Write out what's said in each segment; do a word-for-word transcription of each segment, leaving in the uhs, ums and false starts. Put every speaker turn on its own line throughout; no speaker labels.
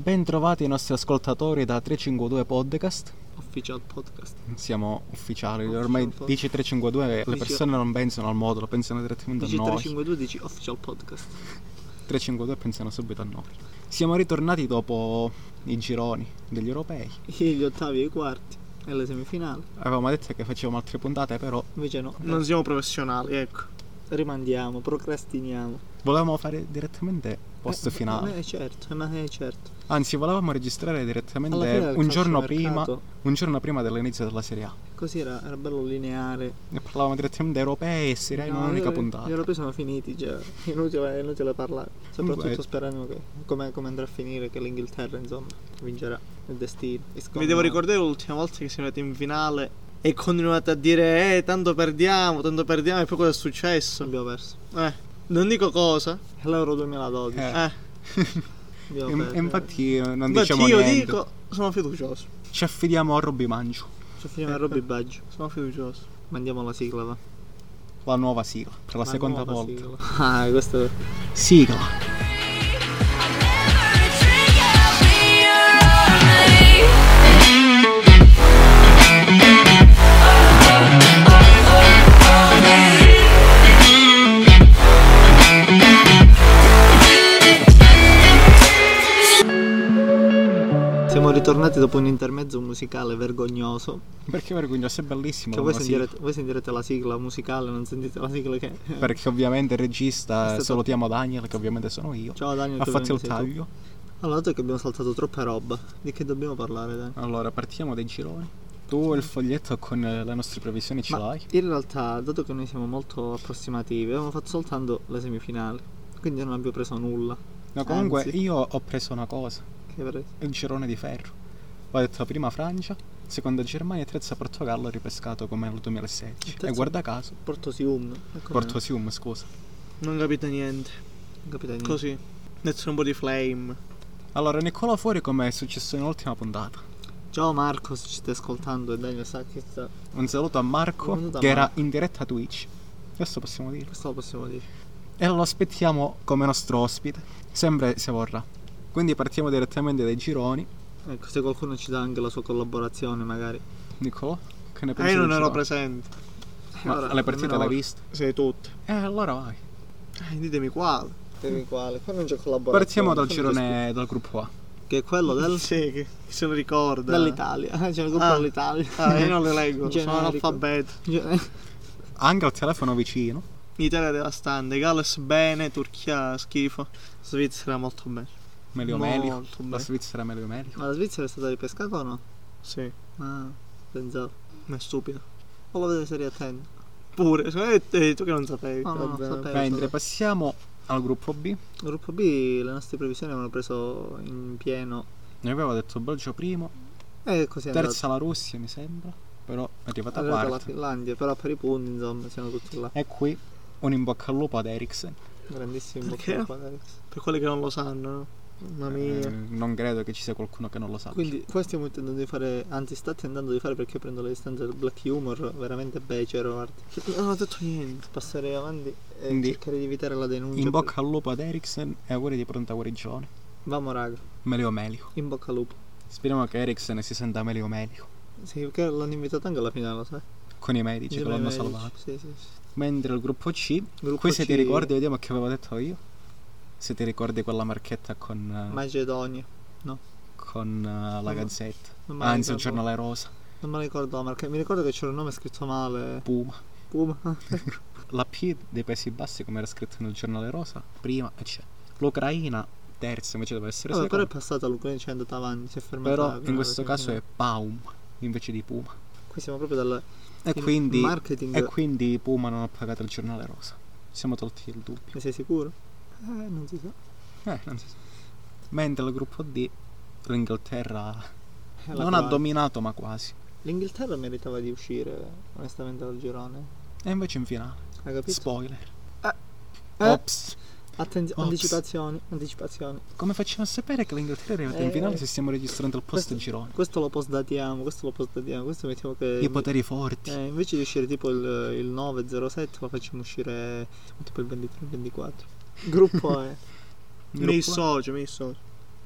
Ben trovati i nostri ascoltatori da trecentocinquantadue Podcast.
Official Podcast.
Siamo ufficiali,
Official
ormai
podcast.
dici trecentocinquantadue, le
Dici-
persone non pensano al modulo, pensano direttamente
Dici
a noi.
trecentocinquantadue, dici Official Podcast.
trecentocinquantadue pensano subito a noi. Siamo ritornati dopo i gironi degli europei.
Gli ottavi e i quarti e le semifinali.
Avevamo detto che facevamo altre puntate, però
Invece no.
Non siamo professionali, ecco.
Rimandiamo, procrastiniamo.
volevamo fare direttamente post
Eh,
finale.
Eh, certo, eh, ma è certo.
Anzi, volevamo registrare
Alla
direttamente
fine del
un giorno prima,
calciomercato,
un giorno prima dell'inizio della Serie A.
Così era, era bello lineare.
Ne parlavamo direttamente europei e Serie A in
No,
un'unica
gli-
puntata.
Gli europei sono finiti già. Inutile, inutile parlare. Soprattutto
Comunque-
sperando che come, come andrà a finire, che l'Inghilterra insomma vincerà il destino.
Vi devo ricordare l'ultima volta che siamo andati in finale e continuate a dire eh tanto perdiamo, tanto perdiamo e poi cosa è successo?
Abbiamo perso.
Eh, non dico cosa.
L'Euro duemiladodici.
Eh.
Eh,
Abbiamo
E-
perso.
e infatti eh, non
Infatti
diciamo
io
niente.
dico, sono fiducioso.
Ci affidiamo a Robby Mangio,
Ci finiamo a Robby Baggio.
Sono fiducioso.
Mandiamo la sigla, va.
la nuova sigla, per la,
La
seconda
nuova
volta.
sigla. Ah, questo è...
Sigla.
Siamo ritornati dopo un intermezzo musicale vergognoso.
Perché vergognoso, è bellissimo.
Che voi
una sigla.
sentirete, voi sentirete la sigla musicale, non sentite la sigla che...
Perché ovviamente il
È
regista,
stato-
salutiamo Daniel, che ovviamente sono io.
Ciao Daniel,
Ha
che
fatto il
ovviamente sei tu.
taglio.
Allora, dato che abbiamo saltato troppa roba, di che dobbiamo parlare, Daniel?
Allora, partiamo dai gironi. Tu il foglietto con eh, le nostre previsioni ce
Ma
l'hai?
in realtà, dato che noi siamo molto approssimativi, abbiamo fatto soltanto le semifinali, quindi non abbiamo preso nulla.
No, comunque
Anzi.
io ho preso una cosa,
Che hai preso?
il girone di ferro. Ho detto prima Francia, seconda Germania e terza Portogallo, ripescato come nel duemilasedici.
Il terzo-
E guarda caso,
Portosium.
Portosium, scusa.
Non capite niente.
Non capite niente.
Così. Mettere un po' di flame.
Allora, Nicola fuori come è successo nell'ultima puntata.
Ciao Marco, se ci stai ascoltando e Daniel sa che sta...
Un saluto a Marco,
Un saluto a
che era
Marco.
in diretta Twitch. Questo possiamo dire.
Questo lo possiamo dire.
E lo aspettiamo come nostro ospite, sempre se vorrà. Quindi partiamo direttamente dai gironi.
Ecco, se qualcuno ci dà anche la sua collaborazione magari.
Nicola, che ne
Eh,
pensi?
io non
del
ero
girone?
presente.
Ma
Ora,
le partite
almeno
l'hai
ora.
viste?
Sei tutte.
Eh, allora vai.
Eh, ditemi quale.
Dimmi quale? Qua non c'è collaborazione.
Partiamo dal
fammi
girone dal gruppo A.
scu- Che è quello del...
Sì, che chi se lo ricorda.
dell'Italia. C'è il gruppo
Ah.
dell'Italia.
Ah, io non le leggo, sono
Generico.
analfabeto.
Anche al telefono vicino.
Italia devastante, Galles bene, Turchia schifo, Svizzera molto bene.
Meglio
Molto
meglio. La
bene.
Svizzera meglio meglio.
Ma la Svizzera è stata ripescata o no?
Sì,
Ah, pensavo.
ma è stupido.
O lo vedete serie attento.
Pure, secondo me te- tu che non sapevi.
No, no, non
Vabbè.
sapevo.
Mentre passiamo al gruppo B.
Gruppo B, le nostre previsioni avevano preso in pieno.
Ne avevo detto Belgio primo,
E così è andato.
terza la Russia mi sembra, però è arrivata
È arrivata la
quarta.
Finlandia, però per i punti insomma siamo tutti là.
E qui un in bocca al lupo ad Eriksen.
Grandissimo
Perché?
bocca al lupo, Alex.
Per quelli che non lo sanno, no? Mamma mia.
Eh, non credo che ci sia qualcuno che non lo sa.
Quindi qua stiamo tentando di fare, anzi sta tentando di fare perché prendo le distanze del black humor veramente becero, guarda.
Non ho detto niente.
Passerei avanti e
Quindi,
cercare di evitare la denuncia.
In bocca al lupo ad Eriksen e auguri di pronta guarigione.
Vamo raga,
Meglio meglio.
in bocca al lupo.
Speriamo che Eriksen si senta meglio meglio.
Sì, perché l'hanno invitato anche alla finale, lo sai?
Con i medici che
Insieme ai
l'hanno
medici.
salvato.
Sì, sì, sì.
Mentre il gruppo C,
Gruppo
qui se
C,
ti ricordi, vediamo che avevo detto io. Se ti ricordi quella marchetta con, eh,
Macedonia.
con eh, la
No,
Gazzetta.
non me la
Anzi, il
ricordo.
giornale rosa.
Non me la ricordo la marca. Mi ricordo che c'era un nome scritto male.
Puma.
Puma.
La P dei Paesi Bassi, come era scritto nel giornale rosa, prima e c'è. L'Ucraina terza, invece deve essere
Vabbè, però è
seconda.
passata l'Ucraina, c'è andata avanti, si è fermata.
Però
prima
in questo
della
caso è
semifinale.
Paum invece di Puma.
Qui siamo proprio dal
E
il
quindi,
marketing.
e quindi Puma non ha pagato il giornale rosa. Siamo tolti il dubbio.
Ne sei sicuro? Eh, non si sa.
Eh, non si sa. Mentre il gruppo D, l'Inghilterra
È la
non ha
Croazia.
dominato, ma quasi.
L'Inghilterra meritava di uscire onestamente dal girone.
E invece in finale.
Hai capito?
Spoiler.
Eh.
Ops.
Attenzione,
Ops.
anticipazioni, anticipazioni.
Come facciamo a sapere che l'Inghilterra è arrivata in
Eh,
finale se stiamo registrando il post
questo-
girone?
Questo lo postdatiamo, questo lo postdatiamo, questo mettiamo che...
I poteri forti.
Eh, invece di uscire tipo il, il nove zero sette lo facciamo uscire tipo il ventitré ventiquattro. Gruppo E.
Mi dissocio, mi dissocio.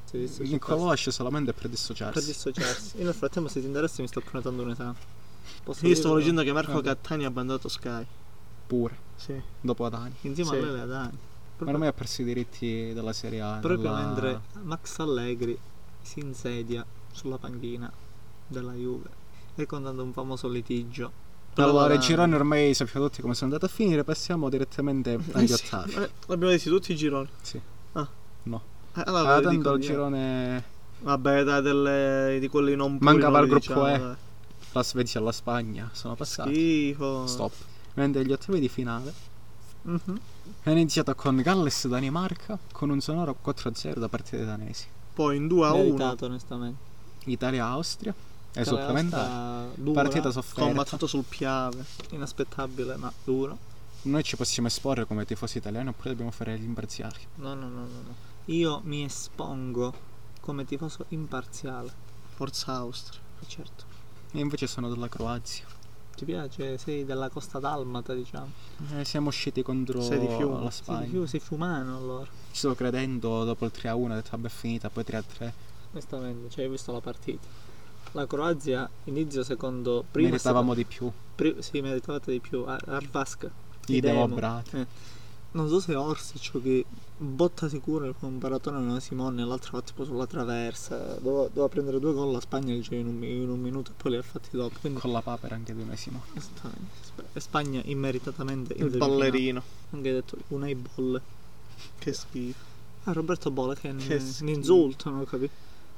Si dice
Niccolò esce solamente per
per
dissociarsi.
dissociarsi. Io nel frattempo, se ti interessa, mi sto prenotando un esame. Posso
Io stavo
dirlo?
leggendo che Marco
Vabbè.
Cattani ha abbandonato Sky.
Pure,
Sì.
dopo Adani.
Insieme
Sì.
a lei ad anni.
Ma ormai ha perso i diritti della Serie A.
Proprio
nella-
mentre Max Allegri si insedia sulla panchina della Juve, ricordando un famoso litigio.
Allora, i
Però-
gironi ormai sappiamo tutti come sono andati a finire. Passiamo direttamente
Eh
agli
sì,
ottavi.
eh, l'abbiamo detto tutti i gironi.
Sì.
Ah.
No.
Eh,
Ah,
allora,
tanto
dico
il
io.
girone.
Vabbè, dai, delle, di quelli non puri.
Mancava
non
il
li
gruppo
diciamo,
E.
dai.
La Svezia e la Spagna sono passati.
Schifo.
Stop. Mentre gli ottavi di finale
Mhm.
è iniziato con Galles-Danimarca con un sonoro quattro a zero da parte dei danesi.
Poi in due a uno.
Meritato, onestamente.
Italia-Austria è
Italia
supplementare.
Austria dura,
Partita
Con
sofferta.
ammazzato sul Piave.
inaspettabile ma duro.
Noi ci possiamo esporre come tifosi italiani oppure dobbiamo fare gli imparziali.
No, no, no, no, no. Io mi espongo come tifoso imparziale.
Forza Austria.
E certo.
E invece sono della Croazia.
Ti piace? Sei della Costa Dalmata, diciamo.
Eh, siamo usciti contro
Sei di Fiume.
la
Sei,
Spagna.
di più, sei fiumano allora.
Ci sto credendo dopo il tre a uno, ho detto vabbè è finita, poi tre a tre.
Onestamente, cioè hai visto la partita. La Croazia inizio secondo prima
Meritavamo di più.
Pri- sì, meritavate di più. Ar- Arvasca.
I
Idemo.
demobrati.
Eh. Non so se Orsic che botta sicura con un paratone a una Simone e l'altra fa tipo sulla traversa. Doveva, doveva prendere due gol, la Spagna li in un, mi- in un minuto e poi li ha fatti dopo. Quindi
Con la papera anche di Onesimo.
esattamente. Sp- e Spagna immeritatamente in
Il
semifinale.
ballerino.
Anche detto Unai Bolle.
Che schifo.
Ah, Roberto Bolle che,
Che
è
schifo.
un insulto, non lo capi?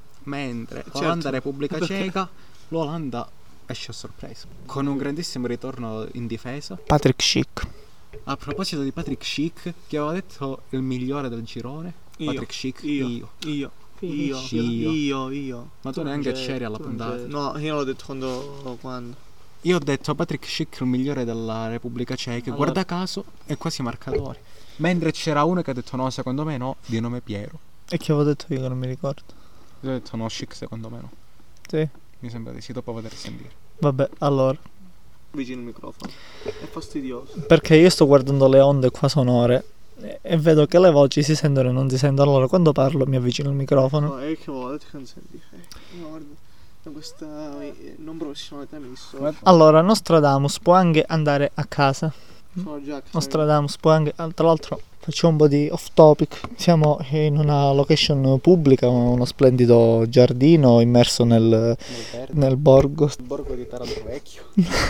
Mentre
Certo.
Olanda Repubblica
Perché?
Ceca, l'Olanda esce a sorpresa. Con un grandissimo ritorno in difesa.
Patrick Schick.
A proposito di Patrick Schick, che aveva detto il migliore del girone.
Io.
Patrick Schick,
Io.
io.
Io. Io.
Io.
Io. Io.
Ma tu
Tu
neanche
non c'eri,
c'eri alla
tu non
puntata.
c'eri.
No, io l'ho detto quando. quando.
Io ho detto Patrick Schick il migliore della Repubblica Ceca.
Allora-
Guarda caso è quasi marcatore. Mentre c'era uno che ha detto no, secondo me no, di nome Piero.
E che avevo detto io che non mi ricordo?
Io ho detto no, Schick secondo me no.
Sì.
Mi sembra di sì, dopo poter sentire.
Vabbè, allora.
Vicino il microfono. È fastidioso.
Perché io sto guardando le onde qua sonore e, e vedo che le voci si sentono e non si sentono. Allora quando parlo mi avvicino al microfono.
No, è che vuole, ti consenti. Eh, io guarda. In questa eh, non professionalità mi disso.
Ma-
Allora, Nostradamus può anche andare a casa.
Sono già.
Nostradamus può anche. ah, Tra l'altro, facciamo un po' di off topic. Siamo in una location pubblica, uno splendido giardino immerso nel,
Nel verde.
nel borgo.
Il borgo di Taranto Vecchio.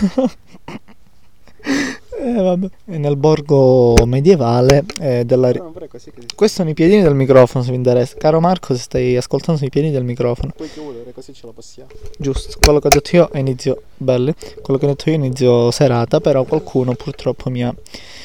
Eh, vabbè. E nel borgo medievale eh, della.
No, pure così che si...
Questi sono i piedini del microfono, se vi interessa. Caro Marco, se stai ascoltando, sono i piedini del microfono.
Puoi chiudere, così ce la passiamo.
Giusto, quello che ho detto io è inizio belli, quello che ho detto io è inizio serata, però qualcuno purtroppo mi ha,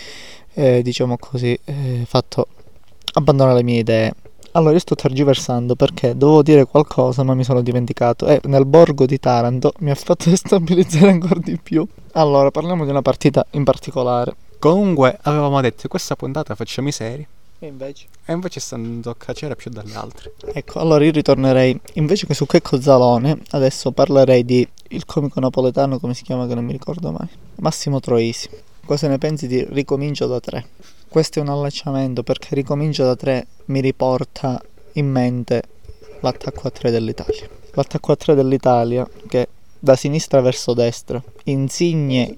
eh, diciamo così, eh, fatto abbandonare le mie idee. Allora io sto tergiversando perché dovevo dire qualcosa ma mi sono dimenticato e nel borgo di Taranto mi ha fatto destabilizzare ancora di più. Allora parliamo di una partita in particolare.
Comunque avevamo detto che questa puntata facciamo i seri.
E invece?
E invece sta andando a cacciare più dalle altre.
Ecco, allora io ritornerei invece che su Checco Zalone, adesso parlerei di il comico napoletano, come si chiama che non mi ricordo mai, Massimo Troisi. Cosa ne pensi di Ricomincio da tre? Questo è un allacciamento perché Ricomincio da tre mi riporta in mente l'attacco a tre dell'Italia. L'attacco a tre dell'Italia che da sinistra verso destra, Insigne,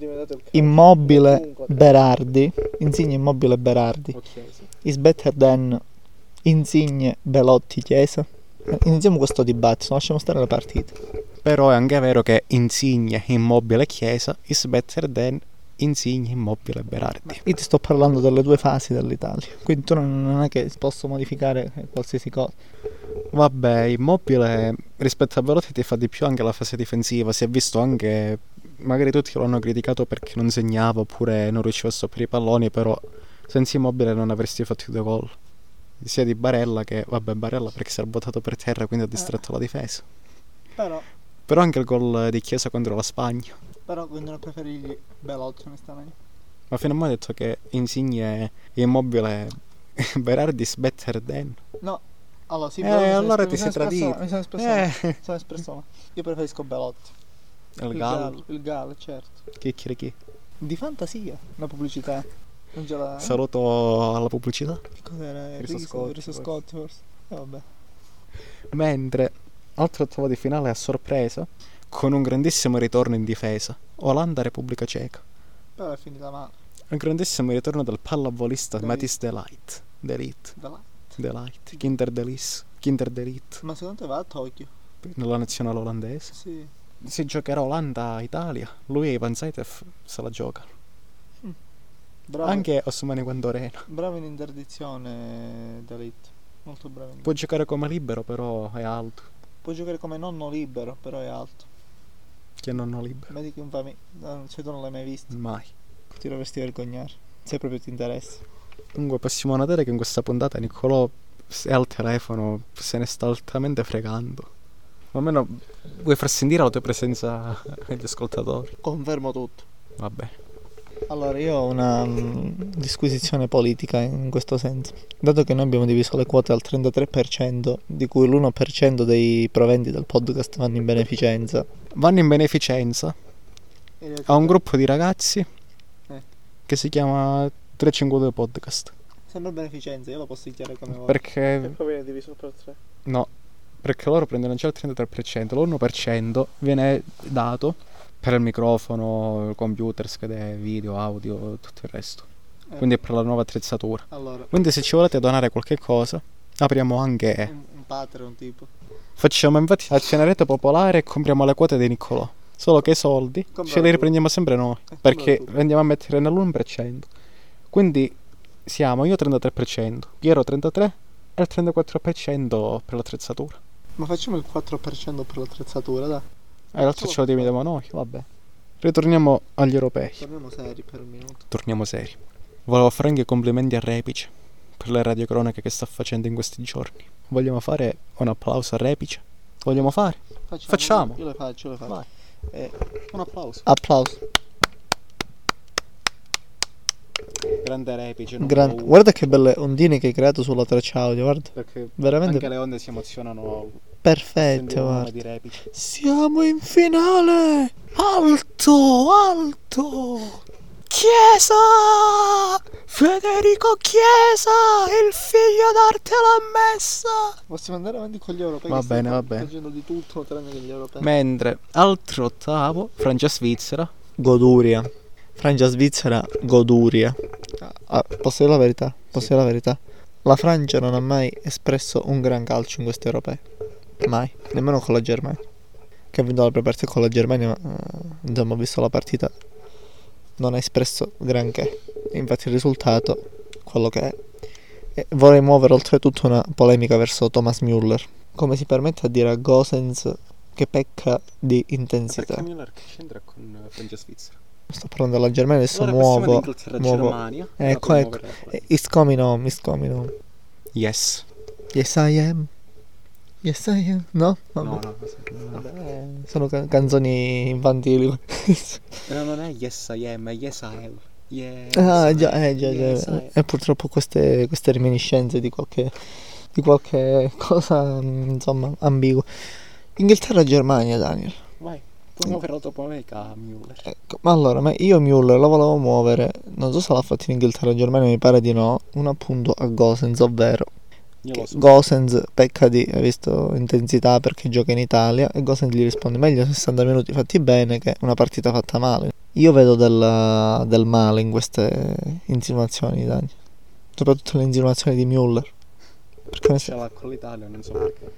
Immobile, Berardi, Insigne, Immobile, Berardi, is better than Insigne, Belotti, Chiesa. Iniziamo questo dibattito, lasciamo stare le partite.
Però è anche vero che Insigne, Immobile e Chiesa is better than Insigne, Immobile e Berardi.
Io ti sto parlando delle due fasi dell'Italia, quindi tu non non è che posso modificare qualsiasi cosa.
Vabbè, Immobile rispetto a Velotti ti fa di più anche la fase difensiva. Si è visto anche, magari tutti lo hanno criticato perché non segnava oppure non riusciva a stoppare i palloni, però senza Immobile non avresti fatto i due gol. Sia di Barella che, vabbè, Barella perché si era buttato per terra quindi ha distratto la difesa.
Però,
Però anche il gol di Chiesa contro la Spagna.
però continuo a preferirgli Belotti onestamente.
Ma fino a mo' ha detto che Insigne e Immobile Berardi is better than.
No, allora sì,
Eh,
però mi sono
allora
espre-
ti
mi
sei
sono espresso-
tradito.
Mi sono espresso male,
Eh,
mi sono espresso male. Io preferisco Belotti.
il Gallo.
Il Gallo, certo.
Chi chi chi.
Di fantasia, la pubblicità. Non ce l'ha.
Saluto alla pubblicità.
Che cos'era?
Riso
Riso,
Scotti,
Riso
forse.
Scotti forse. Eh, vabbè.
Mentre altro ottavo di finale a sorpresa, con un grandissimo ritorno in difesa, Olanda-Repubblica Ceca.
Però è finita male.
Un grandissimo ritorno del pallavolista
De
Matthijs de Ligt. De Ligt.
Da là.
De Ligt. Kinder de Lis. Kinder de Ligt.
Ma secondo te va a Tokyo?
Nella nazionale olandese.
Sì.
Si giocherà Olanda-Italia. Lui e Ivan Zaitsev se la giocano.
Bravo.
Anche Ousmane Guandorena.
Bravo in interdizione Dalit. Molto bravo. in-
Può giocare come libero, però è alto.
Può giocare come nonno libero, però è alto.
Che non ho libero.
Vedi che infami. No, cioè tu non l'hai mai visto.
Mai.
Ti dovresti vergognare. Se proprio ti interessa.
Comunque possiamo notare che in questa puntata Niccolò è al telefono, se ne sta altamente fregando. Almeno vuoi far sentire la tua presenza agli ascoltatori?
Confermo tutto.
Vabbè.
Allora, io ho una mm, disquisizione politica in questo senso. Dato che noi abbiamo diviso le quote al trentatré per cento, di cui l'uno per cento dei proventi del podcast vanno in beneficenza,
Vanno in beneficenza a un gruppo di ragazzi
Eh.
che si chiama trecentocinquantadue Podcast.
Sembra beneficenza, io lo posso dichiarare come voglio.
Perché
poi viene diviso per tre.
no, perché loro prendono già il trentatré per cento, l'uno per cento viene dato per il microfono, il computer, schede video, audio, tutto il resto.
Eh.
Quindi è per la nuova attrezzatura.
Allora,
Quindi se ci volete donare qualche cosa, apriamo anche,
un, un Patreon tipo.
facciamo infatti azionario popolare e compriamo le quote di Niccolò. Solo che i soldi
Compralo
ce li
tu.
riprendiamo sempre noi,
Eh,
perché
compralo tu.
andiamo a mettere nell'uno per cento. Quindi siamo io trentatré per cento, Piero trentatré per cento e il trentaquattro per cento per l'attrezzatura.
Ma facciamo il quattro per cento per l'attrezzatura, dai.
E l'altro
Solo
ce lo
per
dividiamo noi, vabbè. Ritorniamo agli europei.
Torniamo seri per un minuto.
Torniamo seri. Volevo fare anche i complimenti a Repice per le radiocronache che sta facendo in questi giorni. Vogliamo fare un applauso a Repice? Vogliamo fare?
Facciamo.
Facciamo.
Io le faccio, io le faccio.
Vai.
Eh,
Un applauso.
applauso.
Grande Repice. non
Gran-
paura,
Guarda che belle ondine che hai creato sulla traccia audio, guarda.
Perché
Veramente
anche le onde si emozionano.
perfette,
sentendo il nome
guarda.
di Repice.
Siamo in finale!
Alto, alto! Chiesa! Federico Chiesa! Il figlio d'arte l'ha messa!
Possiamo andare avanti con gli europei.
Va
che stai
bene, va
fa-
bene.
facendo di tutto tranne che gli europei.
Mentre altro ottavo, Francia-Svizzera.
Goduria. Francia-Svizzera, goduria. Ah, posso dire la verità? Posso
Sì.
dire la verità? La Francia non ha mai espresso un gran calcio in questi europei. Mai. Nemmeno con la Germania. Che ha vinto la prima partita con la Germania, ma eh, insomma, ho visto la partita. Non ha espresso granché. Infatti il risultato, quello che è. E vorrei muovere oltretutto una polemica verso Thomas Müller. Come si permette a dire a Gosens che pecca di intensità?
Perché Müller che c'entra con Francia-Svizzera?
Sto parlando della Germania, adesso
Allora passiamo
muovo.
ad Inghilterra,
muovo.
Germania.
Ecco, ecco. It's coming home, it's coming home.
Yes.
Yes I am. Yes I am. No? Vabbè.
No, no, no.
Vabbè, eh, sono ca- canzoni infantili.
No, non è Yes I am, è Yes I am. Yes,
Ah
I
già,
am,
eh, già,
yes,
già.
I am.
E purtroppo queste, queste reminiscenze di qualche, di qualche cosa, mm, insomma, ambigua. Inghilterra-Germania, Daniel.
Vai, puoi muovere la tua polemica, Müller.
Ecco, ma allora, ma io Müller lo volevo muovere, non so se l'ha fatto in Inghilterra-Germania, mi pare di no, un appunto a Gosens, ovvero
Io
che
lo so.
Gosens pecca di, hai visto, intensità perché gioca in Italia e Gosens gli risponde meglio sessanta minuti fatti bene che una partita fatta male. Io vedo del, del male in queste insinuazioni, Dani. Soprattutto le insinuazioni di Müller. Perché, ne
Ce
sa-
l'ha con l'Italia, non so perché.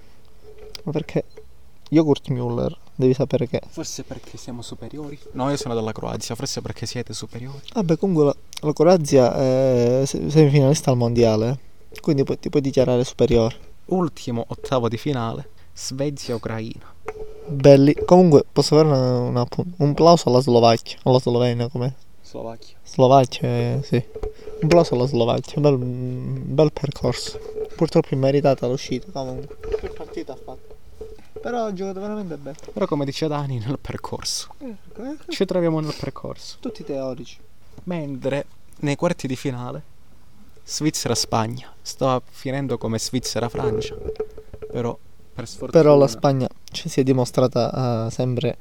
ma perché Joghurt Müller, devi sapere che...
Forse perché siamo superiori? No, io sono della Croazia, forse perché siete superiori.
Vabbè, comunque la, la Croazia è se- semifinalista al mondiale, eh. Quindi poi, ti puoi dichiarare superiore.
Ultimo ottavo di finale, Svezia-Ucraina.
Belli. Comunque posso fare una- una pu- un applauso alla Slovacchia, alla Slovenia, come?
Slovacchia.
Slovacchia, eh, sì. Un applauso alla Slovacchia, bel, bel percorso. Purtroppo immeritata l'uscita, comunque. Che partita ha fatto? Però ha giocato veramente bene.
Però come dice Dani, nel percorso.
Eh,
Ci troviamo nel percorso.
tutti teorici.
Mentre nei quarti di finale, Svizzera-Spagna. Stava finendo come Svizzera-Francia. Però, per sfortuna...
Però la Spagna ci si è dimostrata eh, sempre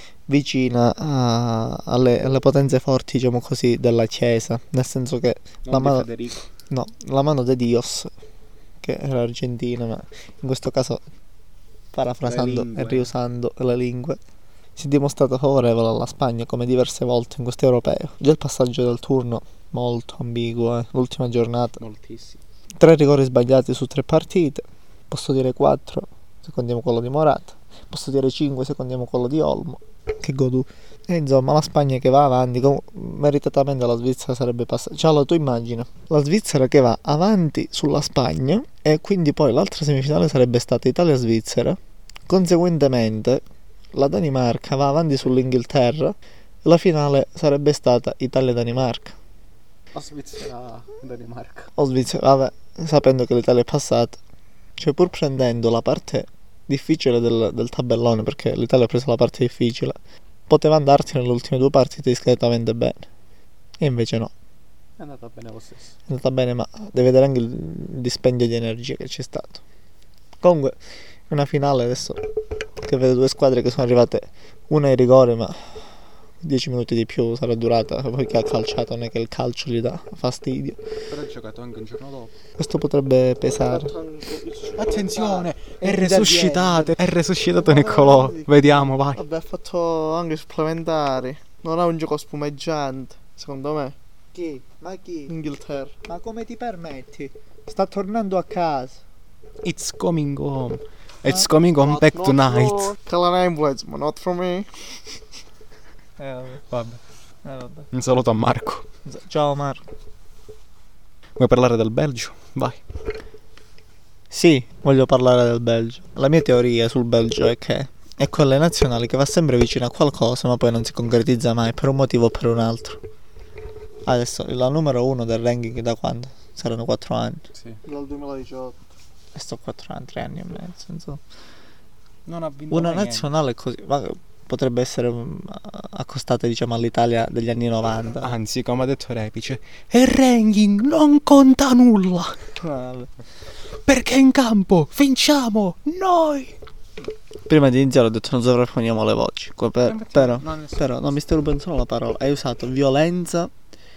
vicina a- alle, alle potenze forti, diciamo così, della Chiesa. Nel senso che
non
la
di
mano,
Federico.
no, la mano de Dios, che era Argentina, ma in questo caso parafrasando
Le
e
lingue.
riusando le lingue, si è dimostrato favorevole alla Spagna come diverse volte in questo europeo. Già il passaggio del turno molto ambiguo, eh. L'ultima giornata,
Moltissimo.
tre rigori sbagliati su tre partite, posso dire quattro se contiamo quello di Morata, posso dire cinque se contiamo quello di Olmo, che godù. E insomma la Spagna che va avanti, com- meritatamente la Svizzera sarebbe passata. Cioè, allora, tu immagina la Svizzera che va avanti sulla Spagna e quindi poi l'altra semifinale sarebbe stata Italia-Svizzera, conseguentemente la Danimarca va avanti sull'Inghilterra e la finale sarebbe stata Italia-Danimarca.
La Svizzera, Danimarca.
O Svizzera, vabbè, sapendo che l'Italia è passata, cioè pur prendendo la parte difficile del, del tabellone, perché l'Italia ha preso la parte difficile, poteva andarsi nelle ultime due partite discretamente bene, e invece no,
È andata bene lo stesso.
è andata bene, ma devi vedere anche il dispendio di energia che c'è stato. Comunque è una finale adesso che vede due squadre che sono arrivate una ai rigori, ma dieci minuti di più sarà durata, poiché ha calciato, non è che il calcio gli dà fastidio.
Però ha giocato anche un giorno dopo.
Questo potrebbe pesare.
Attenzione, è
È
resuscitato, è resuscitato Niccolò. Vediamo, vai.
Vabbè, ha fatto anche supplementari. Non ha un gioco spumeggiante, secondo me.
Chi? Ma chi?
Inghilterra.
Ma come ti permetti? Sta tornando a casa.
It's coming home. It's coming home back tonight.
Call an ambulance, ma not for me.
Eh vabbè.
Vabbè.
Eh vabbè.
Un saluto a Marco.
Ciao Marco.
Vuoi parlare del Belgio? Vai.
Sì, voglio parlare del Belgio. La mia teoria sul Belgio è che è quelle nazionali che va sempre vicino a qualcosa ma poi non si concretizza mai per un motivo o per un altro. Adesso la numero uno del ranking da quando? Saranno quattro anni.
Sì.
Dal duemiladiciotto.
E sto quattro anni, tre anni e mezzo, insomma.
Non ha vinto
Una
mai niente.
nazionale così, ma potrebbe essere um, accostata diciamo all'Italia degli anni novanta.
Anzi, come ha detto Repice, il ranking non conta nulla.
Ah, vabbè.
Perché in campo vinciamo noi.
Prima di iniziare ho detto non sovrapponiamo le voci, qua per-
Infatti,
però,
non è
però non mi stai rubando solo la parola, hai usato violenza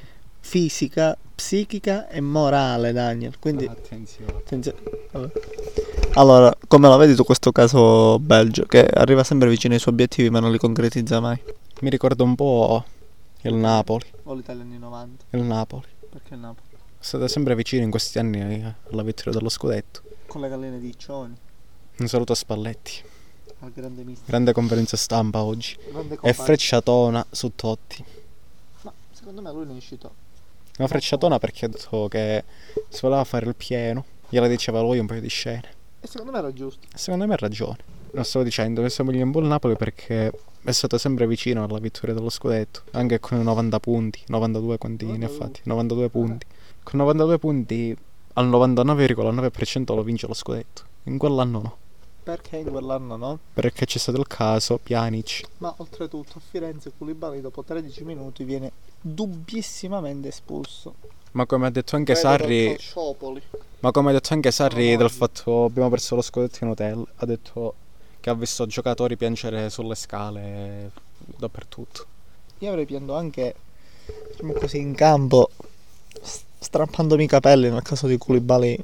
fisica, psichica e morale, Daniel, quindi
Attenzione.
attenzione. Vabbè. Allora, come la vedi tu questo caso belgio che arriva sempre vicino ai suoi obiettivi ma non li concretizza mai?
Mi ricorda un po' il Napoli.
O l'Italia anni novanta,
Il Napoli.
perché il Napoli?
È stato sempre vicino in questi anni eh, alla vittoria dello scudetto.
Con le galline di Iccioni,
Un saluto a Spalletti.
al grande mister.
Grande conferenza stampa oggi.
Grande
E
compagno.
frecciatona su Totti.
Ma secondo me lui ne è uscito.
Una frecciatona perché ha detto che si voleva fare il pieno. Gliela diceva lui un paio di scene.
E secondo me era giusto.
Secondo me ha ragione. Non stavo dicendo che somiglia un po' il Napoli perché è stato sempre vicino alla vittoria dello scudetto. Anche con i novanta punti. novantadue quanti ne ha fatti? novantadue punti. Con novantadue punti al novantanove virgola nove per cento lo vince lo scudetto. In quell'anno no.
Perché in quell'anno no?
Perché c'è stato il caso Pjanic.
Ma oltretutto a Firenze Koulibaly dopo tredici minuti viene dubbissimamente espulso.
Ma come ha detto anche
Credo dal
Sarri.
Calciopoli.
Ma come ha detto anche Sarri
No,
del
no.
fatto abbiamo perso lo scudetto in hotel. Ha detto che ha visto giocatori piangere sulle scale dappertutto.
Io avrei pianto anche, diciamo così, in campo, s- strappandomi i capelli nel caso di Koulibaly.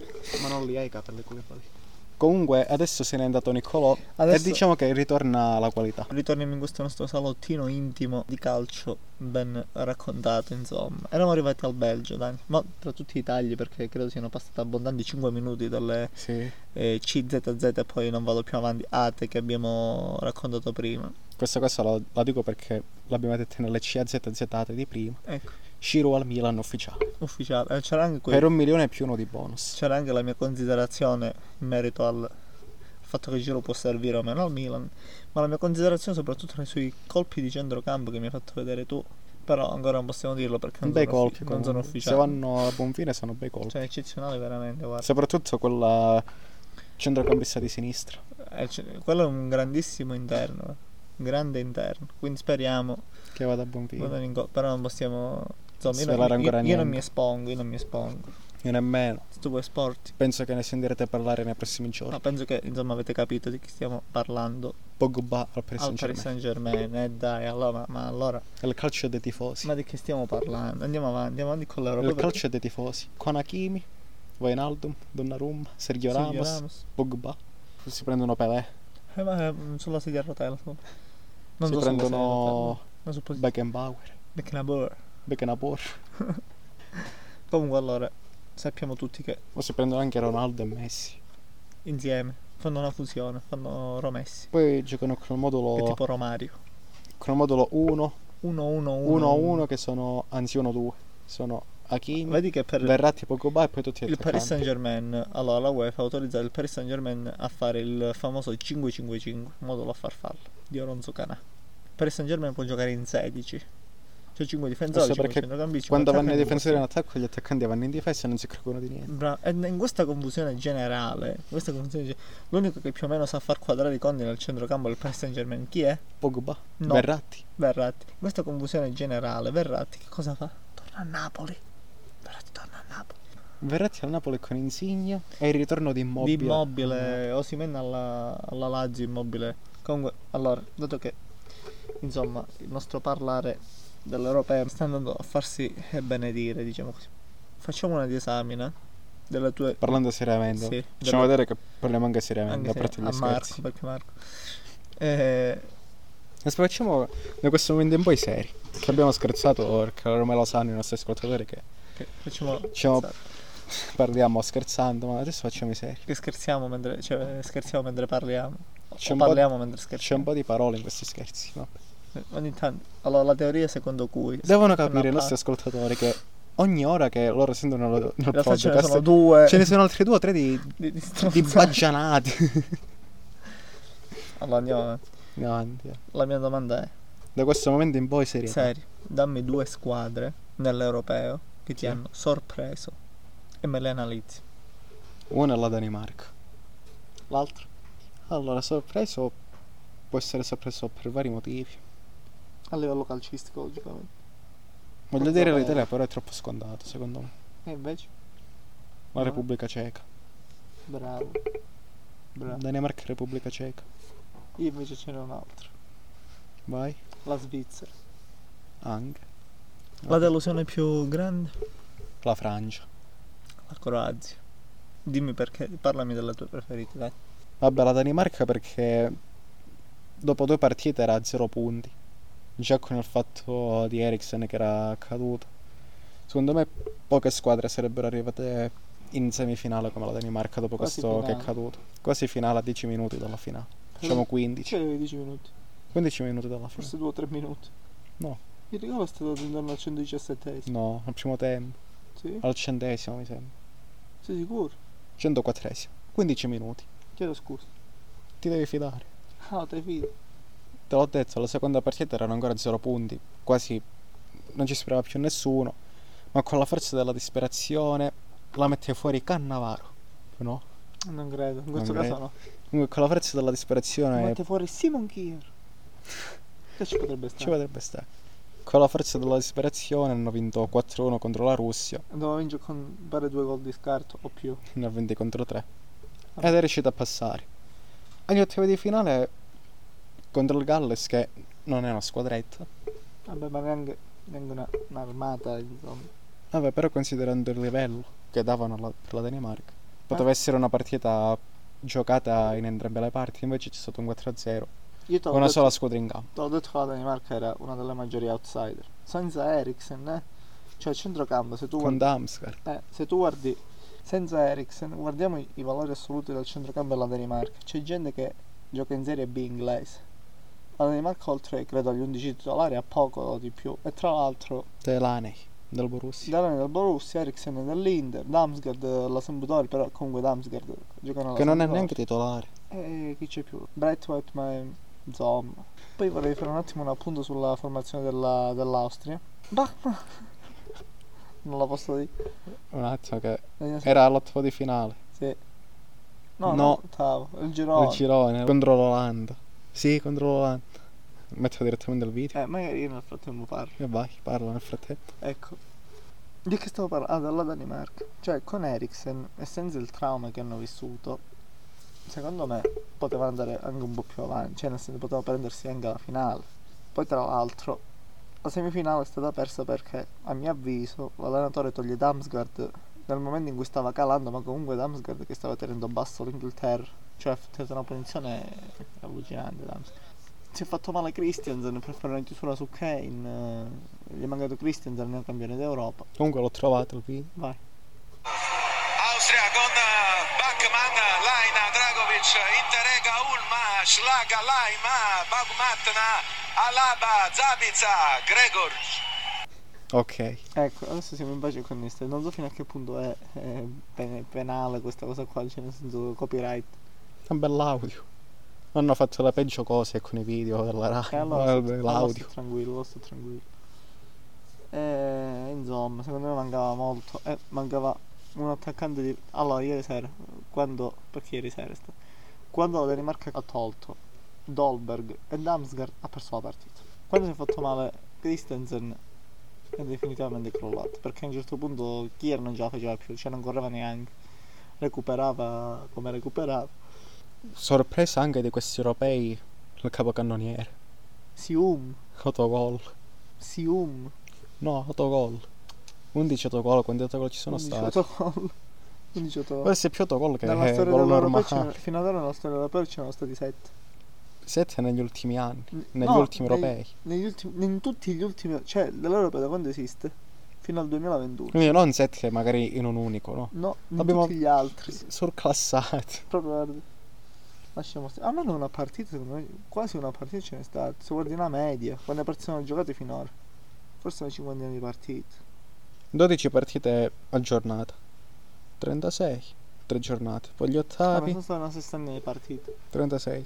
Ma non li hai i capelli Koulibaly. Comunque adesso se n'è andato Niccolò
Adesso-
e diciamo che ritorna la qualità.
Ritorniamo in questo nostro salottino intimo di calcio, ben raccontato insomma. Eravamo arrivati al Belgio, dai. Ma tra tutti i tagli, perché credo siano passati abbondanti cinque minuti dalle
Sì.
eh, C Z Z e poi non vado più avanti, Ate che abbiamo raccontato prima.
Questa cosa la, la dico perché l'abbiamo detta nelle C A Z Z di prima.
Ecco,
Ciro al Milan ufficiale.
ufficiale. Eh, c'era anche quel-
Per un milione più uno di bonus.
c'era anche la mia considerazione in merito al, al fatto che Giro può servire o meno al Milan, ma la mia considerazione soprattutto nei suoi colpi di centrocampo che mi hai fatto vedere tu. Però ancora non possiamo dirlo perché non,
Bei
sono,
colpi.
uffi- non sono
comunque. Se
ufficiali.
vanno a buon fine sono bei colpi.
Cioè eccezionale veramente, guarda.
Soprattutto quella centrocampista di sinistra.
Eh, c- quello è un grandissimo interno, eh. Un grande interno. Quindi speriamo
Che vada a buon
vadano
fine.
in go- però non possiamo. Insomma, io, non,
Svelare
io-
ancora
io non
niente.
mi espongo, io non mi espongo.
Io nemmeno.
Se tu vuoi sporti.
Penso che ne sentirete parlare nei prossimi giorni.
No, penso che insomma avete capito di chi stiamo parlando.
Pogba al Paris
Al Paris
Saint-Germain.
Saint Germain, eh dai, allora, ma, ma allora,
Il calcio dei tifosi.
ma di che stiamo parlando? Andiamo avanti, andiamo avanti con l'Europa.
Il
perché-
calcio dei tifosi. Con Hakimi Wijnaldum, Donnarumma, Sergio
Sergio
Ramos,
Ramos.
Pogba. Si prendono Pelé,
Eh, ma mm, sulla sedia a rotella. solo. Non
si
so sulla sedia a
prendono
rotella, ma su posi-
Beckenbauer,
Beckenbauer.
Beckenbauer.
Comunque allora, sappiamo tutti che
O si prendono anche Ronaldo e Messi.
insieme fanno una fusione, fanno Romessi.
Poi giocano con il
Che è
modulo,
tipo Romario.
con il modulo uno
uno uno
uno uno che sono, anzi uno due. Sono Hakimi,
Vedi che per
Verratti, Pogba e poi tutti gli
il Paris
attaccanti.
Saint Germain, allora la UEFA ha autorizzato il Paris Saint Germain a fare il famoso cinque cinque cinque, modulo a farfalla di Alonso Canà. Il Paris Saint Germain può giocare in sedici, cioè cinque difensori,
Questo
cinque
perché
centrocampisti,
Quando
cinque
vanno i
attaccanti,
difensori in
cinque
attacco, gli attaccanti vanno in difesa e non si accorgono di niente.
Bra- e in questa confusione generale, in questa confusione ge- l'unico che più o meno sa far quadrare i conti nel centrocampo del Paris Saint Germain chi è?
Pogba,
No.
Verratti.
Verratti. In questa confusione generale, Verratti che cosa fa? Torna a Napoli. Verratti torna a Napoli.
Verratti al Napoli con Insigne e il ritorno di Immobile.
Di Immobile, Osimhen alla, alla Lazio, Immobile. Comunque, allora, dato che insomma il nostro parlare dell'europeo sta andando a farsi eh, benedire, diciamo così, facciamo una disamina delle tue.
Parlando seriamente,
Sì,
facciamo
delle-
vedere che parliamo anche seriamente,
anche
a
se
parte gli
a Marco,
scherzi.
perché Marco eh,
Adesso facciamo da questo momento in poi seri. Che abbiamo scherzato perché ormai lo sanno i nostri ascoltatori che
che facciamo
Diciamo-
scherzare.
parliamo scherzando, ma adesso facciamo i seri.
Che scherziamo mentre cioè scherziamo mentre parliamo
C'è
o
un po'
parliamo mentre
C'è un
scherziamo.
po' di parole in questi scherzi. Vabbè.
Ogni tanto. Allora la teoria secondo cui
Devono
una
capire i
pa-
nostri ascoltatori che ogni ora che loro sentono nel
in realtà ce ne
podcast
sono due
ce ne sono altri due o tre di,
di, di
di
stronzate.
baggianati.
Allora andiamo avanti.
Andiamo avanti, eh.
La mia domanda è
Da questo momento in poi serietà.
serio, dammi due squadre nell'europeo che ti
Sì.
hanno sorpreso e me le analizzi.
Una è la Danimarca.
L'altro?
Allora, sorpreso può essere sorpreso per vari motivi.
A livello calcistico logicamente.
Voglio
Forza
dire
bene.
l'Italia però è troppo scontato, secondo me.
E invece?
La
No.
Repubblica Ceca.
Bravo. Bravo.
Danimarca e Repubblica Ceca.
Io invece ce n'è un altro.
Vai.
La Svizzera.
Anche.
La delusione più grande?
La Francia.
La Croazia. Dimmi perché, parlami delle tue preferite, dai.
Vabbè, la Danimarca perché dopo due partite era a zero punti. Già con il fatto di Eriksen che era caduto. Secondo me poche squadre sarebbero arrivate in semifinale come la Danimarca dopo
Quasi
questo che è
finale.
caduto. Quasi finale a dieci minuti dalla finale. Diciamo quindici.
C'è dieci minuti,
quindici minuti dalla finale.
forse due o tre minuti.
No,
Il rigore è stato intorno al centodiciassettesimo.
no, al primo tempo.
Sì?
Al centesimo mi sembra.
Sei sicuro?
centoquattresimo. quindici minuti.
Chiedo scusa.
Ti devi fidare.
Ah, te fidi?
Te l'ho detto, la seconda partita erano ancora zero punti. Quasi non ci sperava più nessuno. Ma con la forza della disperazione la mette fuori Cannavaro. No?
Non credo, in questo
Non
caso
credo.
no.
Comunque con la forza della disperazione
Mette fuori Simon Kier. Che ci potrebbe
ci
stare?
potrebbe stare. Con la forza della disperazione hanno vinto quattro uno contro la Russia.
Doveva vincere con pare due gol di scarto o più.
Ne ha vinti contro tre. Ed è riuscito a passare. Agli ottavi di finale contro il Galles, che non è una squadretta.
Vabbè, ma neanche, neanche una, un'armata, insomma.
Vabbè, però considerando il livello che davano alla- per la Danimarca, poteva
Ah.
essere una partita giocata in entrambe le parti, invece c'è stato un quattro a zero.
Io te l'ho
Una
detto,
sola squadra in campo.
te l'ho detto che la Danimarca era una delle maggiori outsider. Senza Eriksen, eh? Cioè, il centrocampo, se tu
Con
guardi,
Damsgaard.
eh, se tu guardi senza Eriksen, guardiamo i, i valori assoluti del centrocampo della Danimarca. C'è gente che gioca in Serie B inglese. La Danimarca, oltre credo agli undici titolari, ha poco di più. E tra l'altro,
Delaney del Borussia.
Dalane del Borussia, Eriksen dell'Inter, Damsgaard della Sampdoria, però comunque Damsgaard gioca nella
Che non è
Sampdoria.
neanche titolare.
E chi c'è più? Braithwaite, ma è- insomma. Poi vorrei fare un attimo un appunto sulla formazione della- dell'Austria. Bah, non la posso dire.
Un attimo che
Vediamo se-
era all'ottavo di finale.
Sì. No,
No.
no, ottavo. Il girone.
Il girone contro l'Olanda. Sì, contro l'Olanda. Metto direttamente il video.
Eh, magari io nel frattempo parlo.
E vai, parla nel frattempo.
Ecco. Di che stavo parlando? Ah, della Danimarca. Cioè, con Eriksen e senza il trauma che hanno vissuto, secondo me poteva andare anche un po' più avanti. Cioè, nel senso, poteva prendersi anche la finale. Poi, tra l'altro, la semifinale è stata persa perché, a mio avviso, l'allenatore toglie Damsgaard nel momento in cui stava calando, ma comunque Damsgaard che stava tenendo basso l'Inghilterra, cioè ha tenuto una posizione allucinante. Damsgaard si è fatto male Christiansen per fare una chiusura su Kane, gli è mancato Christiansen nel campione d'Europa.
Comunque l'ho trovato il video.
Vai.
Austria con Bachmann, Laina, Dragovic, Interega, Ulma, Schlaga, Laima, Bagmatna, Alaba, Zabica, Gregor.
Ok.
Ecco, adesso siamo in pace con questo. Non so fino a che punto è, è pen- penale questa cosa qua, cioè nel senso copyright.
È un bell'audio. Hanno fatto le peggio cose con i video della Rai.
E allora
Vabbè,
sto, allora
l'audio.
sto tranquillo, lo sto tranquillo. E, insomma, secondo me mancava molto. E mancava un attaccante di... Allora, ieri sera, quando... Perché ieri sera sta... Quando la Danimarca ha tolto Dolberg e Damsgaard ha perso la partita. Quando si è fatto male Christensen è definitivamente crollato. Perché a un certo punto Kier non ce la faceva più, cioè non correva neanche. Recuperava come recuperava.
Sorpresa anche di questi europei il capocannoniere.
Sium,
Autogol.
Sium.
No, autogol. undici autogol, quanti autogol ci sono
undici
stati?
autogol. undici autogol.
Questo è più autogol che
Nella
è
storia
gol
dell'Europeo ce
normale.
ne- fino ad ora nella storia dell'Europeo ce ne sono stati sette.
sette negli ultimi anni, negli
No,
ultimi
nei-
europei.
Negli ultimi, in tutti gli ultimi, cioè dell'Europeo da quando esiste? Fino al duemilaventuno.
Quindi non sette magari in un unico, no?
No, in
Abbiamo-
tutti gli altri.
Surclassati.
Proprio guarda. Lasciamo stare. Almeno una partita, secondo me, quasi una partita ce n'è stata. Se guardi una media, quante partite sono giocate finora? Forse una cinquantina di partite.
dodici partite a giornata. trentasei. Tre giornate. Poi gli
Vabbè,
ottavi.
sono state una sessantina di partite.
trentasei.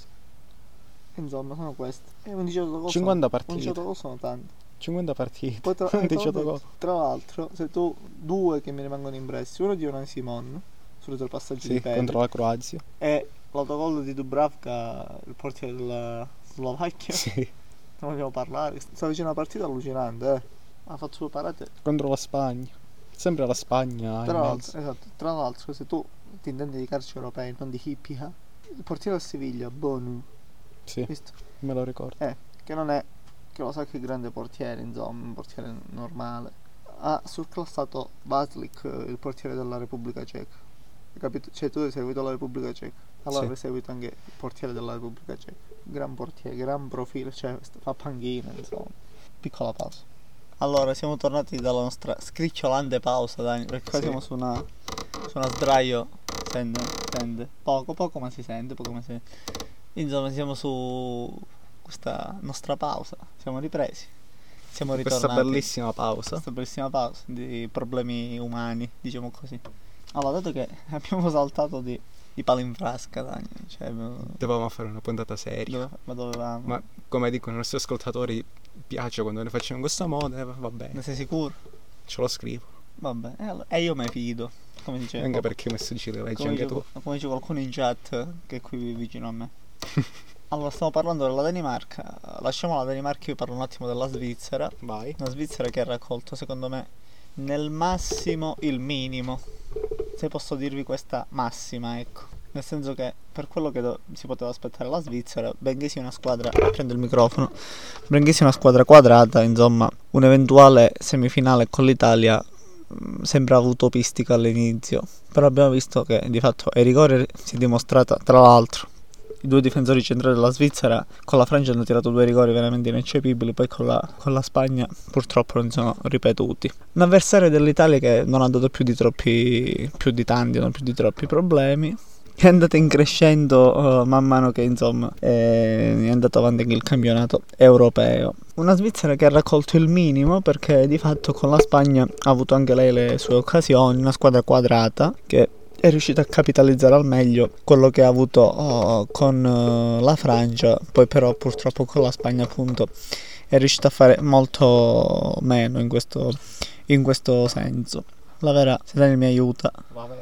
Insomma, sono queste. E undici autogol
cinquanta
sono, undici
partite.
autogol sono tanti.
cinquanta partite.
Poi tra,
undici
tra-
autogol.
tra l'altro, se tu due che mi rimangono impressi, uno di Unai Simon sul passaggio
Sì,
di Pedri
contro la Croazia.
e l'autogol di Dubravka, il portiere della Slovacchia.
Sì.
Non vogliamo parlare. Sta facendo una partita allucinante, eh. Ha fatto due parate.
Contro la Spagna. Sempre la Spagna.
Tra
in
l'altro,
mezzo.
esatto, tra l'altro, se tu ti intendi di calcio europei, non di hippie, il portiere del Siviglia, Bonu,
Sì,
visto?
me lo ricordo.
Eh, che non è, che lo sa che grande portiere, insomma, un portiere normale. Ha surclassato Vaslik, il portiere della Repubblica Ceca. Hai capito? Cioè tu hai seguito la Repubblica Ceca, allora
Sì.
hai seguito anche il portiere della Repubblica Ceca. Gran portiere, gran profilo, cioè fa panchina, insomma. Piccola pausa. Allora, siamo tornati dalla nostra scricciolante pausa, Dani, perché qua
Sì.
siamo su una, su una sdraio, sente, sente, poco, poco ma si sente, poco ma si sente. Insomma, siamo su questa nostra pausa, siamo ripresi, siamo ritornati.
Questa bellissima pausa.
Questa bellissima pausa di problemi umani, diciamo così. Allora, dato che abbiamo saltato di, di palo in frasca, Dani, cioè, abbiamo-
Dovevamo fare una puntata seria.
dove, ma dovevamo?
Ma come dicono i nostri ascoltatori, piace quando ne facciamo in questo modo, eh, va bene.
Ne sei sicuro?
Ce lo scrivo.
Vabbè, e, allora- e io mi fido, come dice
Anche
qual-
perché i messaggi li leggi
come
anche
dice,
tu.
come dice qualcuno in chat che è qui vicino a me. Allora, stiamo parlando della Danimarca. Lasciamo la Danimarca, io parlo un attimo della Svizzera.
Vai.
Una Svizzera che ha raccolto, secondo me, nel massimo il minimo. Se posso dirvi questa massima, ecco. Nel senso che per quello che do- si poteva aspettare la Svizzera, benché sia una squadra, prendo il microfono, benché sia una squadra quadrata, insomma, un'eventuale semifinale con l'Italia mh, sembrava utopistica all'inizio. Però abbiamo visto che di fatto ai rigori si è dimostrata, tra l'altro, i due difensori centrali della Svizzera con la Francia hanno tirato due rigori veramente ineccepibili, poi con la, con la Spagna purtroppo non sono ripetuti. Un avversario dell'Italia che non ha dato più di troppi, più di tanti, non più di troppi problemi, è andato in crescendo uh, man mano che insomma è, è andato avanti anche il campionato europeo. Una Svizzera che ha raccolto il minimo perché di fatto con la Spagna ha avuto anche lei le sue occasioni, una squadra quadrata che è riuscita a capitalizzare al meglio quello che ha avuto oh, con uh, la Francia, poi però purtroppo con la Spagna appunto è riuscita a fare molto meno in questo, in questo senso. La vera, se Daniel mi aiuta,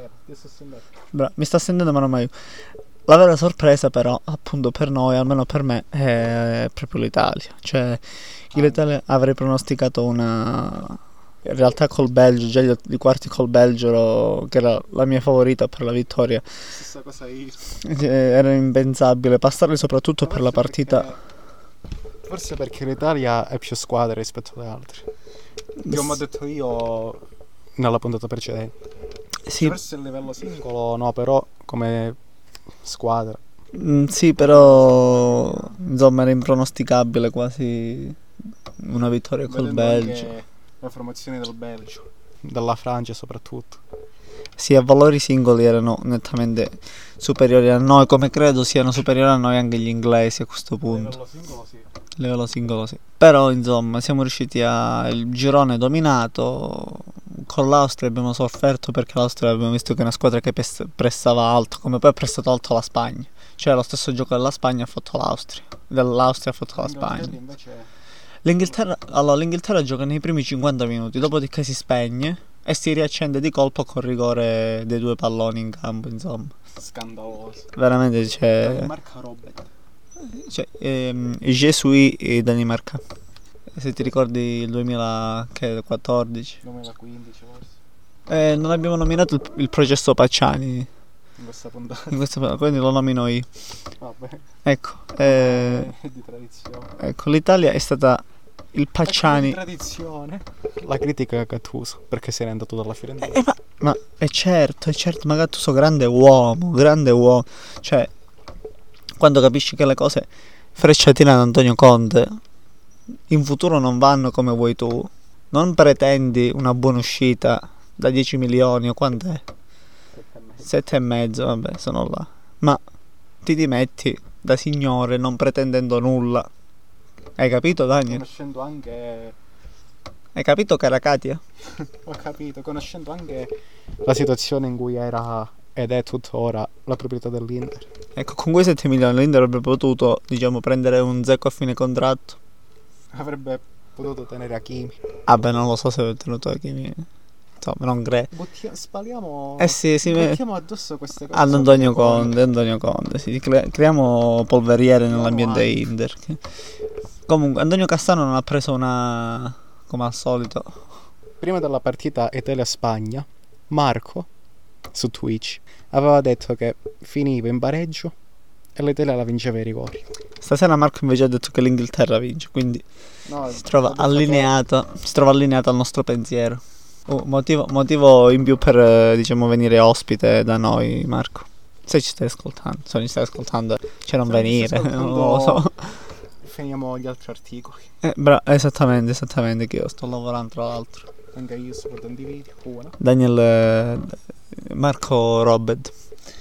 Bra- mi sta sentendo ma non mi aiuta. La vera sorpresa però appunto per noi, almeno per me, è proprio l'Italia. Cioè io l'Italia avrei pronosticato una... In realtà col Belgio, già gli i quarti col Belgio, che era la mia favorita per la vittoria,
Stessa cosa io.
eh, era impensabile. Passarli soprattutto per la partita.
Forse perché l'Italia è più squadra rispetto alle altre. Come ho detto io nella puntata precedente.
Sì,
Forse a livello singolo no, però come squadra.
mm, sì, però insomma era impronosticabile quasi una vittoria col
Vedendo
Belgio.
anche la formazione del Belgio, dalla Francia soprattutto.
Sì, a valori singoli erano nettamente superiori a noi, come credo siano superiori a noi anche gli inglesi a questo punto.
A livello singolo sì.
A livello singolo sì. Però insomma siamo riusciti a il girone dominato. Con l'Austria abbiamo sofferto perché l'Austria abbiamo visto che è una squadra che pes- pressava alto, come poi ha pressato alto la Spagna. Cioè lo stesso gioco della Spagna ha fatto l'Austria, dell'Austria ha fatto la Spagna.
Invece
L'Inghilterra, allora, l'Inghilterra gioca nei primi cinquanta minuti, dopodiché si spegne e si riaccende di colpo con rigore dei due palloni in campo, insomma.
scandaloso.
Veramente c'è...
Marca Robert.
Cioè, ehm, Gesui e Danimarca. Se ti ricordi il duemilaquattordici.
duemilaquindici forse.
Eh, non abbiamo nominato il, il processo Pacciani
In questa puntata.
in questa, quindi lo nomino io.
Vabbè.
Ecco, eh,
È di tradizione.
ecco, l'Italia è stata il
Di
Pacciani.
tradizione. La critica a Gattuso perché se n'è andato dalla Fiorentina.
Eh, ma, ma è certo, è certo, ma Gattuso grande uomo, grande uomo. Cioè, quando capisci che le cose frecciatine ad Antonio Conte in futuro non vanno come vuoi tu, non pretendi una buona uscita da dieci milioni o quant'è? sette e mezzo, vabbè, sono là. Ma ti dimetti da signore non pretendendo nulla. Hai capito, Daniel?
Conoscendo anche.
Hai capito, Carakatia?
Ho capito, conoscendo anche la situazione in cui era ed è tuttora la proprietà dell'Inter.
Ecco, con quei sette milioni l'Inter avrebbe potuto, diciamo, prendere un Zecco a fine contratto.
Avrebbe potuto tenere Hakimi.
Ah beh, non lo so se avete tenuto Hakimi. Insomma, non credo.
Buttia- spaliamo.
Eh sì, sì, me-
Buttiamo addosso queste cose.
ad Antonio Conte, Antonio Conte, sì, cre- creiamo polveriere nell'ambiente Inter. Comunque, Antonio Castano non ha preso una, come al solito.
Prima della partita Italia-Spagna, Marco su Twitch aveva detto che finiva in pareggio e l'Italia la vinceva ai rigori.
Stasera Marco invece ha detto che l'Inghilterra vince, quindi
No,
si trova allineato, si trova allineato al nostro pensiero. Oh, motivo, motivo in più per, eh, diciamo, venire ospite da noi, Marco. Se ci stai ascoltando, se non ci stai ascoltando, cioè non
Se non ci
venire,
stai
non lo so.
Finiamo gli altri articoli.
Eh, bra- esattamente, esattamente, che io sto lavorando tra l'altro.
Anche io sto guardando i video. Una.
Daniel eh, Marco Robed.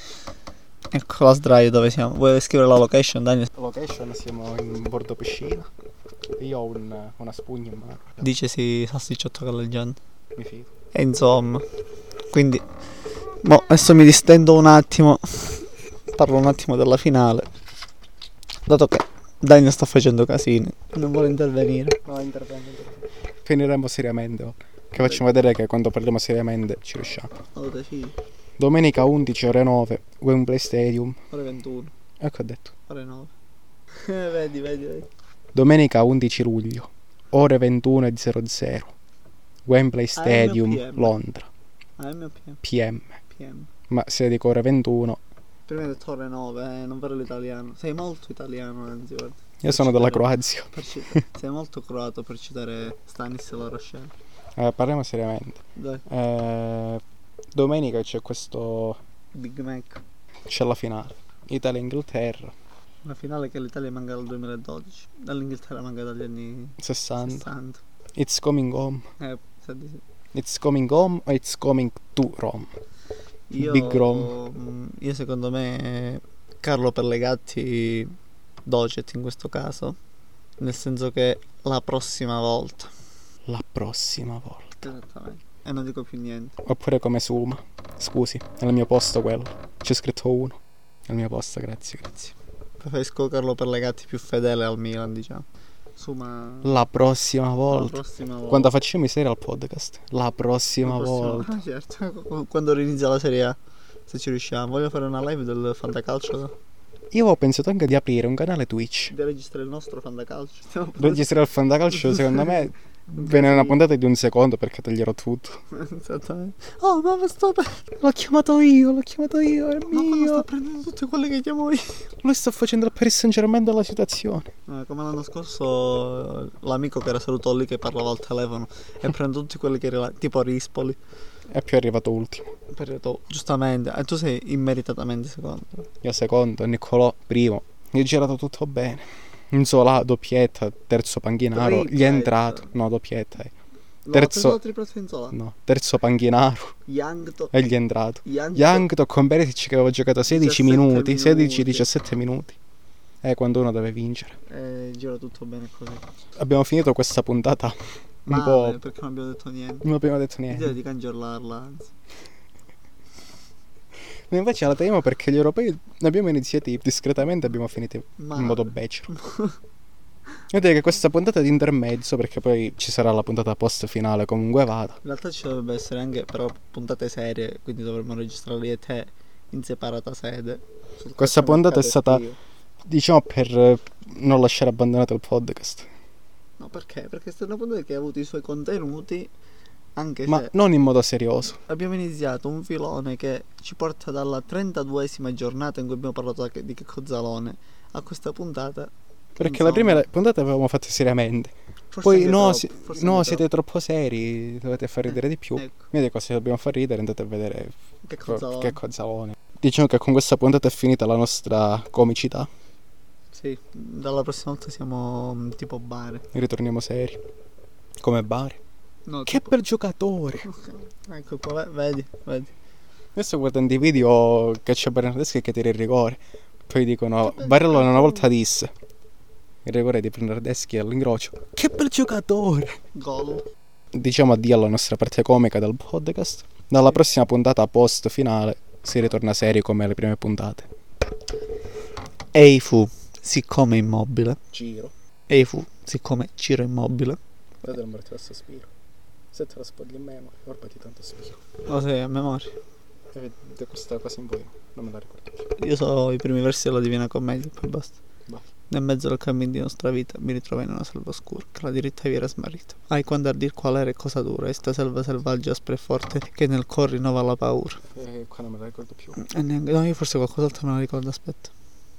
Ecco la sdraio dove siamo. Vuoi scrivere la location, Daniel?
Location, siamo in bordo piscina. Io ho un, una spugna in mano.
Dicesi salsicciotto galleggiante.
Mi fido.
E insomma, quindi mo adesso mi distendo un attimo. Parlo un attimo della finale. Dato che Daniel sta facendo casini, non vuole intervenire.
No, intervengo. Finiremo seriamente. Oh. Che facciamo vedere che quando parliamo seriamente ci riusciamo.
Allora, sì.
Domenica undici ore nove, Wembley Stadium.
Ore ventuno,
Ecco ho detto.
ore nove. Eh, vedi, vedi, vedi.
Domenica undici luglio, ore ventuno e zero zero. Wembley Stadium,
A M o P M?
Londra.
A M o P M?
P M.
P M.
Ma se dico ore ventuno,
Prima hai detto ore nove, eh, non parlo l'italiano. Sei molto italiano, anzi, guarda.
io sono della Croazia.
Per ci- Sei molto croato per citare Stanis La Rochelle.
Eh, parliamo seriamente.
Dai,
Eh, domenica c'è questo.
Big Mac.
C'è la finale. Italia-Inghilterra,
Una finale che l'Italia manca dal duemiladodici. Dall'Inghilterra manca dagli anni
sessanta.
sessanta.
It's coming home.
Eh, sa di sì.
It's coming home o it's coming to Rome.
Io,
Big Rom.
mm, io secondo me Carlo Perlegatti docet in questo caso. Nel senso che la prossima volta.
La prossima volta.
Esattamente. E non dico più niente.
Oppure come Suma. Scusi, è al mio posto quello. C'è scritto uno. Al mio posto, grazie, grazie.
Preferisco Carlo Perlegatti più fedele al Milan, diciamo. Insomma,
La prossima
la
volta.
prossima volta.
Quando facciamo i serial podcast. La prossima
La prossima-
volta.
Ah, certo. Quando rinizia la Serie A, se ci riusciamo. Voglio fare una live del Fantacalcio.
Io ho pensato anche di aprire un canale Twitch.
Di registrare il nostro Fantacalcio. Stiamo
Registrare il fantacalcio, secondo me, viene una puntata di un secondo perché toglierò tutto.
Esattamente. Oh, ma sto per...
L'ho chiamato io, l'ho chiamato io, è
Ma come sta
mio.
prendendo tutte quelle che chiamo io?
Lui sta facendo il Paris Saint Germain della situazione.
Eh, come l'anno scorso l'amico che era seduto lì che parlava al telefono e prendo tutti quelli che era tipo Rispoli.
E più è arrivato ultimo.
Periodo, giustamente. E tu sei immeritatamente secondo.
Io secondo, Niccolò primo. Gli è girato tutto bene. Inzola, doppietta, terzo panchinaro. Gli è
Tripletta.
entrato. No, doppietta. Eh.
No,
Terzo-
la tripletta in sola.
No, terzo panchinaro.
Youngto.
E gli è entrato.
Youngto.
Youngto con Perisic che aveva giocato sedici
diciassette
minuti.
minuti.
sedici diciassette minuti. Eh, quando uno deve vincere.
Eh, gira tutto bene così.
Abbiamo finito questa puntata un
Male,
po'.
perché non abbiamo detto niente.
Non abbiamo detto
L'idea
niente.
di cancellarla, anzi.
Noi invece la teniamo perché gli europei ne abbiamo iniziati discretamente e abbiamo finiti
Male.
in modo becero. Vedete che questa puntata di intermezzo, perché poi ci sarà la puntata post finale comunque vada.
In realtà ci dovrebbe essere anche però puntate serie, quindi dovremmo registrare io e te in separata sede. sul
Questa puntata è
calciomercato
stata,
estivo.
diciamo, per eh, non lasciare abbandonato il podcast.
No, perché? Perché è stata una puntata che ha avuto i suoi contenuti, anche
Ma
se
non in modo serioso.
abbiamo iniziato un filone che ci porta dalla trentaduesima giornata in cui abbiamo parlato di Checco Zalone a questa puntata.
Perché la
insomma,
prima puntata l'avevamo fatta seriamente.
forse
Poi
anche
no,
troppo,
si-
forse
no
anche
siete troppo seri, dovete far ridere di più.
Ecco,
Vedete cosa dobbiamo far ridere, andate a vedere
Checco Zalone.
che cozzalone. Diciamo che con questa puntata è finita la nostra comicità.
Sì, dalla prossima volta siamo mm, tipo bar.
Ritorniamo seri. Come Bari.
No,
Che
tipo-
bel giocatore.
Ecco qua, ve- vedi, vedi.
Io sto guardando i video che c'è Bernardeschi che tira il rigore. Poi dicono, Barellona una volta disse, il rigore di Bernardeschi all'incrocio. Che bel giocatore.
Gol.
Diciamo addio alla nostra parte comica del podcast. Dalla prossima puntata post finale si ritorna seri come le prime puntate.
Eifu, siccome immobile.
Giro.
Eifu, siccome Ciro immobile.
Vedete il morto sospiro. Se te lo spogli in meno, orbati tanto spiro.
Lo sai a memoria.
E vedete questa cosa in voi, non me la ricordo più.
Io so i primi versi della Divina Commedia, poi basta.
Va.
Nel mezzo del cammin di nostra vita mi ritrovai in una selva oscura, che la diritta via era smarrita. Ai quando a dir qual era e cosa dura, esta selva selvaggia aspra e forte, che nel cor rinnova la paura.
E qua non me la ricordo più.
E neanche, no, io forse qualcos'altro me la ricordo, aspetta.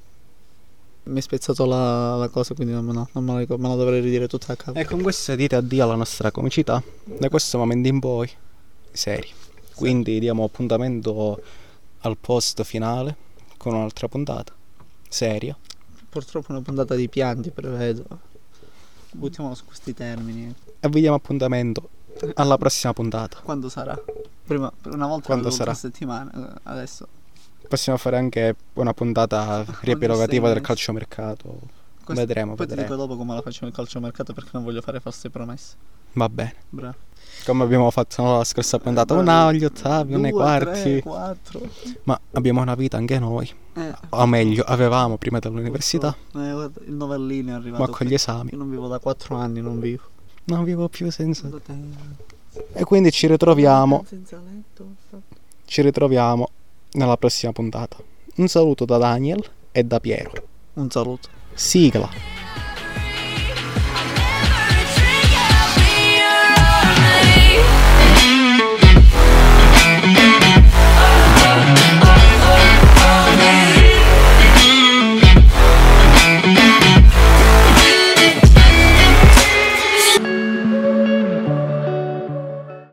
Mi hai spezzato la, la cosa, quindi non me, no, non me la ricordo, me la dovrei ridire tutta a capo.
E con questo dite addio alla nostra comicità. Da questo momento in poi, seri. Quindi diamo appuntamento al post finale con un'altra puntata seria.
Purtroppo una puntata di pianti, prevedo. Buttiamolo su questi termini.
E vi diamo appuntamento alla prossima puntata.
Quando sarà? Prima, una volta
Quando
avevo
sarà?
tre settimane, adesso.
Possiamo fare anche una puntata riepilogativa
sei
del
mesi.
calciomercato.
Questo-
Vedremo,
Poi ti dico
vedremo.
dopo come la facciamo il calciomercato perché non voglio fare false promesse.
Va bene.
Bravo.
Come abbiamo fatto la scorsa puntata.
Bravi.
Una agli ottavi, una ai
Due,
quarti.
tre, quattro.
Ma abbiamo una vita anche noi.
Eh,
O meglio, avevamo prima dell'università.
eh, guarda, il novellino è arrivato.
Ma con
qui.
gli esami.
Io non vivo da quattro anni, non vivo.
Non vivo più senza.
Guardate,
E quindi ci ritroviamo.
senza letto.
Ci ritroviamo nella prossima puntata. Un saluto da Daniel e da Piero.
Un saluto.
Sigla.